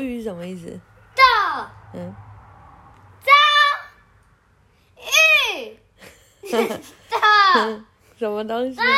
鱼是什么意思？ 的遭遇的什么东西？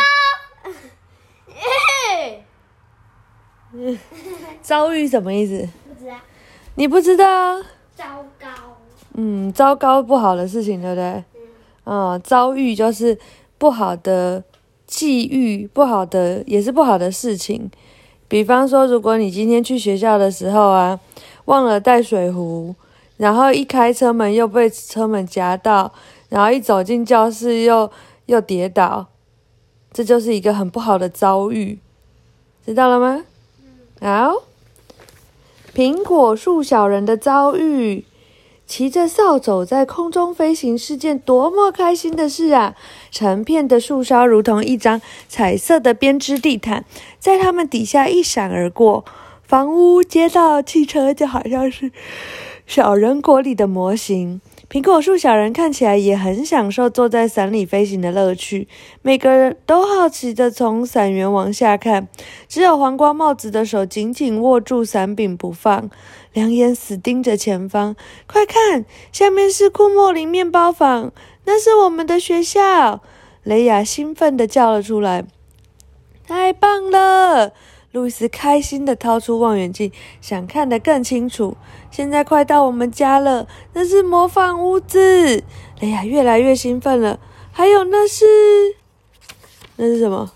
遭遇什么意思？ 不知道， 你不知道？ 糟糕。 糟糕不好的事情，对不对？遭遇就是不好的际遇，不好的也是不好的事情。比方说，如果你今天去学校的时候啊，忘了带水壶，然后一开车门又被车门夹到，然后一走进教室又跌倒，这就是一个很不好的遭遇，知道了吗？好，苹果树小人的遭遇。骑着扫帚在空中飞行是件多么开心的事啊！成片的树梢如同一张彩色的编织地毯，在它们底下一闪而过。房屋、街道、汽车就好像是小人国里的模型。苹果树小人看起来也很享受坐在伞里飞行的乐趣，每个人都好奇地从伞缘往下看，只有黄瓜帽子的手紧紧握住伞柄不放，两眼死盯着前方。快看，下面是库莫林面包坊，那是我们的学校！雷亚兴奋地叫了出来。太棒了！路易斯开心地掏出望远镜，想看得更清楚。现在快到我们家了，那是模仿屋子。雷亚越来越兴奋了。还有那是什么？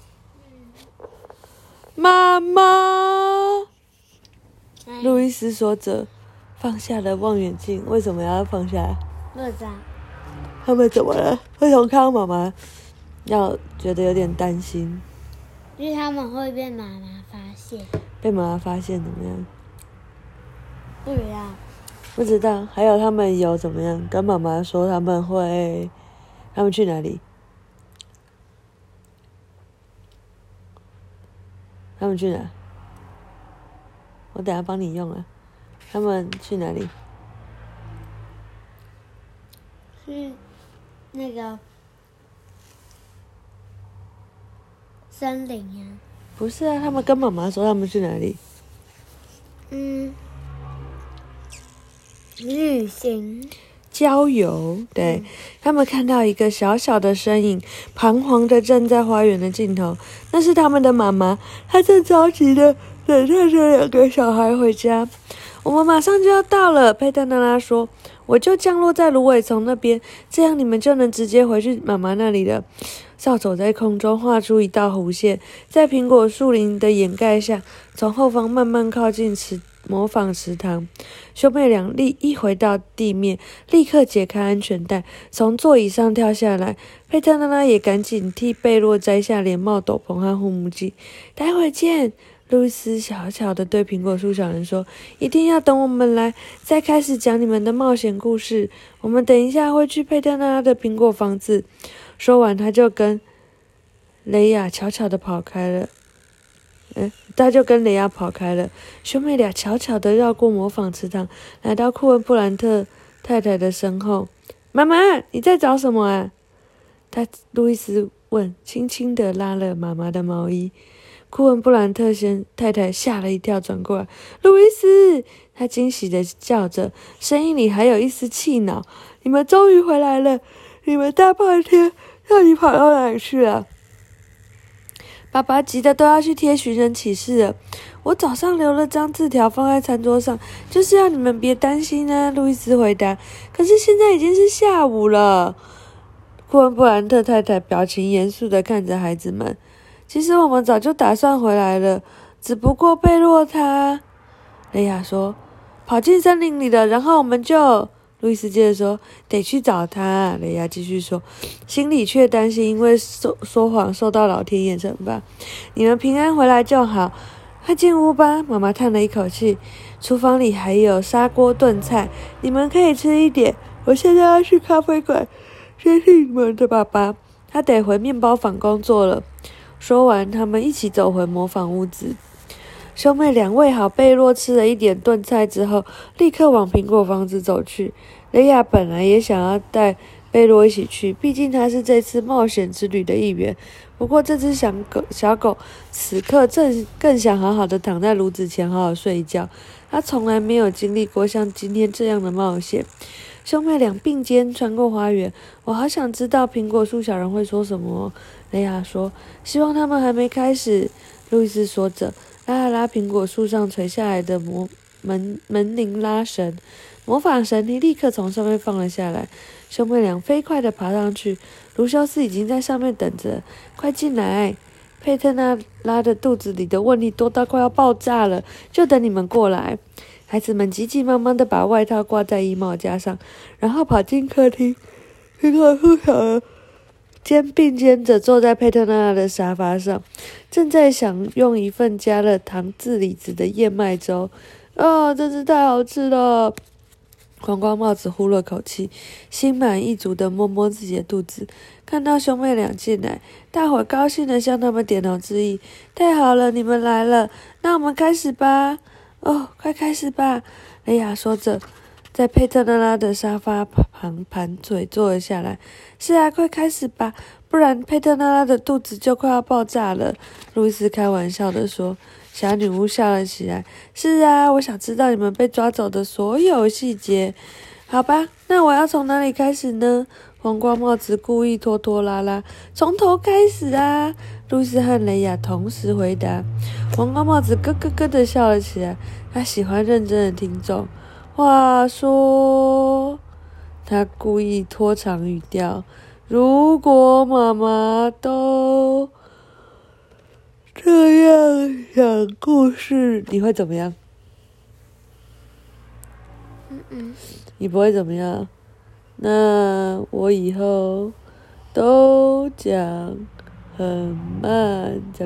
妈妈。路易斯说着，放下了望远镜。为什么要放下？ 不知道。 他们怎么了？为什么看到妈妈要觉得有点担心？ 因为他们会被妈妈发现。 被妈妈发现怎么样？ 不知道。 不知道。还有他们有怎么样？跟妈妈说他们去哪里？他们去哪？我等下帮你用啊。他们去哪里？ 是那个森林呀。 不是啊，他们跟妈妈说他们去哪里？ 旅行。 郊游。对，他们看到一个小小的身影，彷徨地站在花园的尽头，那是他们的妈妈，她正着急地等待着两个小孩回家。我们马上就要到了，佩特娜拉说，我就降落在芦苇丛那边，这样你们就能直接回去妈妈那里了。扫帚在空中画出一道弧线，在苹果树林的掩盖下，从后方慢慢靠近模仿池塘。兄妹俩一回到地面，立刻解开安全带，从座椅上跳下来。佩特娜拉也赶紧替贝洛摘下连帽、斗篷和护目镜。待会见。路易斯小巧地对苹果树小人说，一定要等我们来，再开始讲你们的冒险故事。我们等一下会去佩特娜拉的苹果房子。说完，他就跟雷亚悄悄地跑开了。兄妹俩悄悄地绕过模仿池塘，来到库恩布兰特太太的身后。妈妈，你在找什么啊？路易斯问，轻轻地拉了妈妈的毛衣。库恩布兰特太太吓了一跳，转过来，路易斯，她惊喜地叫着，声音里还有一丝气恼。你们终于回来了！你们大半天，让你跑到哪里去了？爸爸急得都要去贴寻人启事了。我早上留了张字条放在餐桌上，就是要你们别担心啊。路易斯回答。可是现在已经是下午了。库恩布兰特太太表情严肃地看着孩子们。其实我们早就打算回来了，只不过贝洛他，雷亚说，跑进森林里了，然后我们就，路易斯接着说，得去找他。雷亚继续说，心里却担心因为说谎受到老天爷惩罚。你们平安回来就好，快进屋吧。妈妈叹了一口气，厨房里还有砂锅炖菜，你们可以吃一点。我现在要去咖啡馆接替你们的爸爸，他得回面包坊工作了。说完，他们一起走回模仿屋子。兄妹俩喂好贝洛，吃了一点炖菜之后，立刻往苹果房子走去。雷亚本来也想要带贝洛一起去，毕竟他是这次冒险之旅的一员。不过这只小狗此刻更想好好的躺在炉子前好好睡一觉。 他从来没有经历过像今天这样的冒险。兄妹俩并肩穿过花园，我好想知道苹果树小人会说什么哦。雷亚说：“希望他们还没开始。”路易斯说着，拉了拉苹果树上垂下来的门铃拉绳，魔法绳梯立刻从上面放了下来。兄妹俩飞快地爬上去，卢修斯已经在上面等着。快进来！佩特纳拉的肚子里的问题多到快要爆炸了，就等你们过来。孩子们急急忙忙地把外套挂在衣帽架上，然后跑进客厅。苹果树小人并肩着坐在佩特纳拉的沙发上，正在享用一份加了糖渍李子的燕麦粥。真是太好吃了！黄瓜帽子呼了口气，心满意足地摸摸自己的肚子。看到兄妹俩进来，大伙高兴地向他们点头致意。太好了，你们来了，那我们开始吧。快开始吧！雷亚说着，在佩特纳拉的沙发旁盘腿坐了下来。是啊，快开始吧，不然佩特纳拉的肚子就快要爆炸了。路易斯开玩笑地说。小女巫笑了起来。是啊，我想知道你们被抓走的所有细节。好吧，那我要从哪里开始呢？黄瓜帽子故意拖拖拉拉。从头开始啊！露丝和雷亚同时回答。黄瓜帽子咯咯咯地笑了起来，他喜欢认真的听众。话说，他故意拖长语调。如果妈妈都这样讲故事，你会怎么样？你不会怎么样？那我以后都讲很慢，讲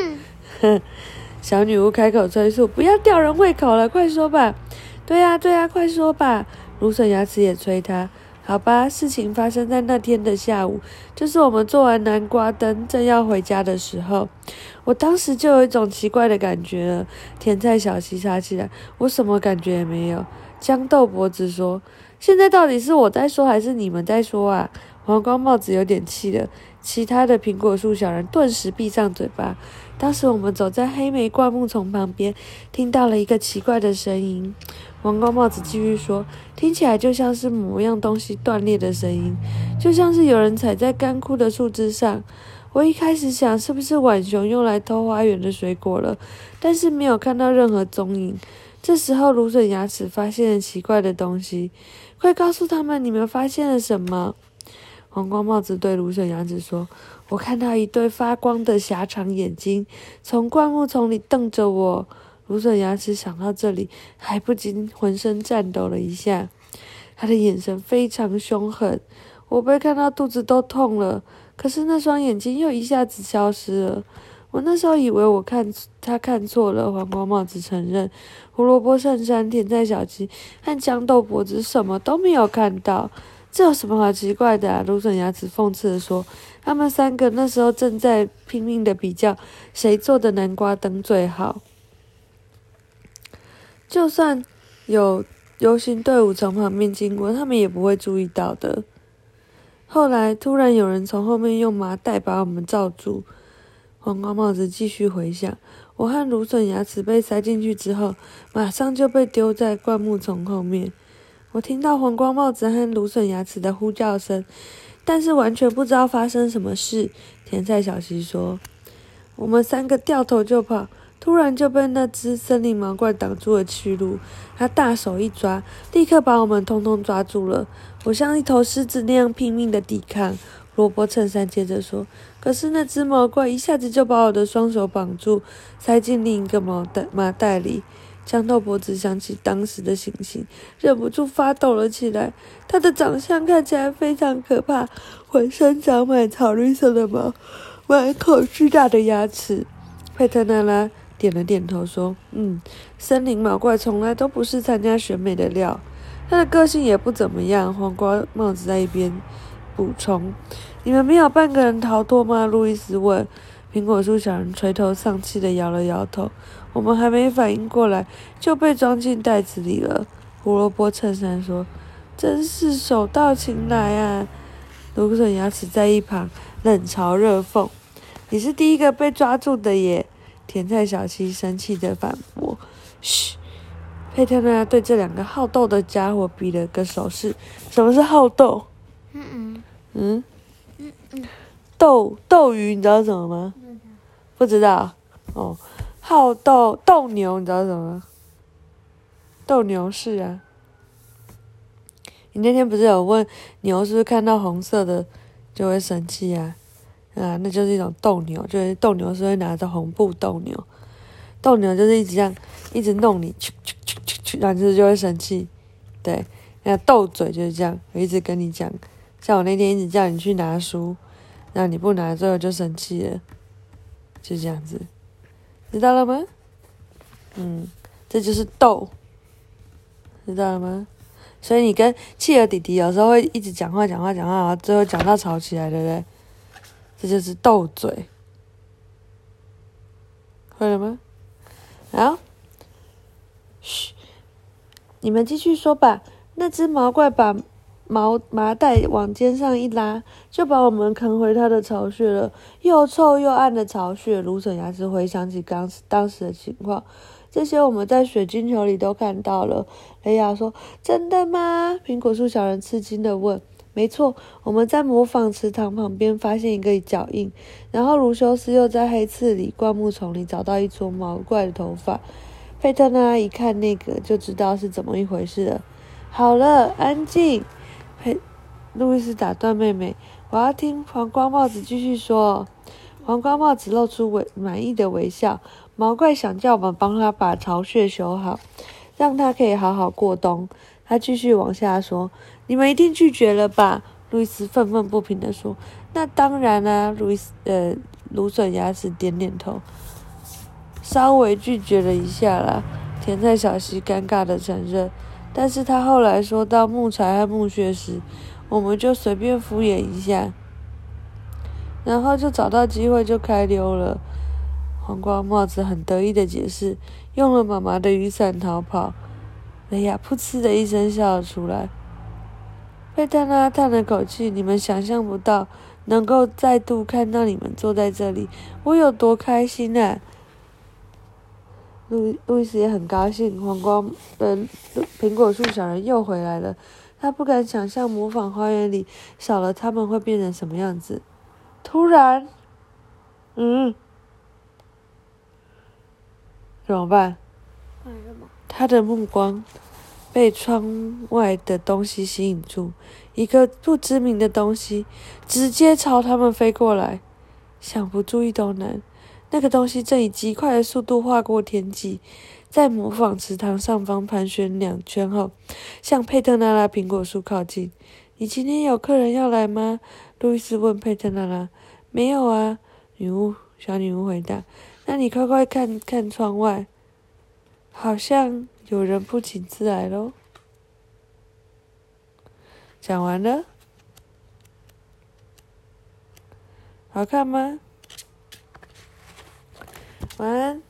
小女巫开口催促：“不要吊人胃口了，快说吧！”对呀，快说吧！芦笋牙齿也催他。好吧，事情发生在那天的下午，就是我们做完南瓜灯正要回家的时候。我当时就有一种奇怪的感觉了。甜菜小溪插起来，我什么感觉也没有。豇豆脖子说：“现在到底是我在说还是你们在说啊？”黄瓜帽子有点气了，其他的苹果树小人顿时闭上嘴巴。当时我们走在黑莓灌木丛旁边，听到了一个奇怪的声音。黄瓜帽子继续说：“听起来就像是某样东西断裂的声音，就像是有人踩在干枯的树枝上。”我一开始想是不是浣熊用来偷花园的水果了，但是没有看到任何踪影。这时候芦笋牙齿发现了奇怪的东西。快告诉他们你们发现了什么！黄瓜帽子对芦笋牙齿说：“我看到一对发光的狭长眼睛从灌木丛里瞪着我。”芦笋牙齿想到这里，还不禁浑身颤抖了一下。他的眼神非常凶狠，我被看到肚子都痛了。可是那双眼睛又一下子消失了。我那时候以为他看错了。黄瓜帽子承认，胡萝卜衬衫、甜菜小鸡和豇豆脖子什么都没有看到。这有什么好奇怪的啊？芦笋牙齿讽刺地说。他们三个那时候正在拼命的比较谁做的南瓜灯最好。就算有游行队伍从旁边经过，他们也不会注意到的。后来突然有人从后面用麻袋把我们罩住。黄瓜帽子继续回想，我和芦笋牙齿被塞进去之后，马上就被丢在灌木丛后面。我听到黄瓜帽子和芦笋牙齿的呼叫声，但是完全不知道发生什么事。甜菜小溪说，我们三个掉头就跑，突然就被那只森林毛怪挡住了去路。他大手一抓，立刻把我们通通抓住了。我像一头狮子那样拼命的抵抗。萝卜衬衫接着说，可是那只毛怪一下子就把我的双手绑住，塞进另一个麻袋里。豇豆脖子想起当时的情形，忍不住发抖了起来。他的长相看起来非常可怕，浑身长满草绿色的毛，满口巨大的牙齿。佩特纳拉点了点头说，森林毛怪从来都不是参加选美的料。他的个性也不怎么样。黄瓜帽子在一边补充，你们没有半个人逃脱吗？路易斯问。苹果树小人垂头丧气地摇了摇头，我们还没反应过来就被装进袋子里了。胡萝卜衬衫说，真是手到擒来啊！芦笋牙齿在一旁冷嘲热讽，你是第一个被抓住的耶！甜菜小溪生气地反驳。嘘， 佩特娜对这两个好斗的家伙比了个手势。什么是好斗？斗鱼你知道什么吗？不知道。哦，好斗牛你知道什么吗？斗牛士啊。你那天不是有问牛是不是看到红色的就会生气啊？那就是一种斗牛，就是斗牛是会拿着红布斗牛。斗牛就是一直这样，一直弄你，然后就会生气。对，那斗嘴就是这样，我一直跟你讲，像我那天一直叫你去拿书，然后你不拿，最后就生气了，就这样子，知道了吗？这就是斗，知道了吗？所以你跟企鹅弟弟有时候会一直讲话，然后最后讲到吵起来，对不对？这就是斗嘴，会了吗？好，嘘，你们继续说吧。那只毛怪把麻袋往肩上一拉，就把我们扛回他的巢穴了。又臭又暗的巢穴，芦笋牙齿回想起当时的情况。这些我们在水晶球里都看到了。雷亚说：“真的吗？”苹果树小人吃惊地问。“没错，我们在模仿池塘旁边发现一个脚印，然后卢修斯又在黑刺里灌木丛里找到一撮毛怪的头发。”佩特娜一看那个就知道是怎么一回事了。好了，安静。路易斯打断妹妹：“我要听黄瓜帽子继续说。”黄瓜帽子露出满意的微笑。毛怪想叫我们帮他把巢穴修好，让他可以好好过冬。他继续往下说：“你们一定拒绝了吧？”路易斯愤愤不平地说。“那当然啦。”芦笋牙齿点点头，稍微拒绝了一下啦。甜菜小溪尴尬地承认，但是他后来说到木材和木屑时，我们就随便敷衍一下，然后就找到机会就开溜了。黄瓜帽子很得意的解释，用了妈妈的雨伞逃跑。雷亚噗嗤的一声笑了出来。佩特拉叹了口气：“你们想象不到，能够再度看到你们坐在这里，我有多开心啊！”路易斯也很高兴。苹果树小人又回来了。他不敢想象模仿花园里少了他们会变成什么样子。突然，怎么办？他的目光被窗外的东西吸引住，一个不知名的东西直接朝他们飞过来，想不注意都难。那个东西正以极快的速度划过天际，在模仿池塘上方盘旋2圈后，向佩特娜拉苹果树靠近。“你今天有客人要来吗？”路易斯问佩特娜拉。“没有啊。”小女巫回答。“那你快快看看窗外，好像有人不请自来咯。”讲完了，好看吗？晚安。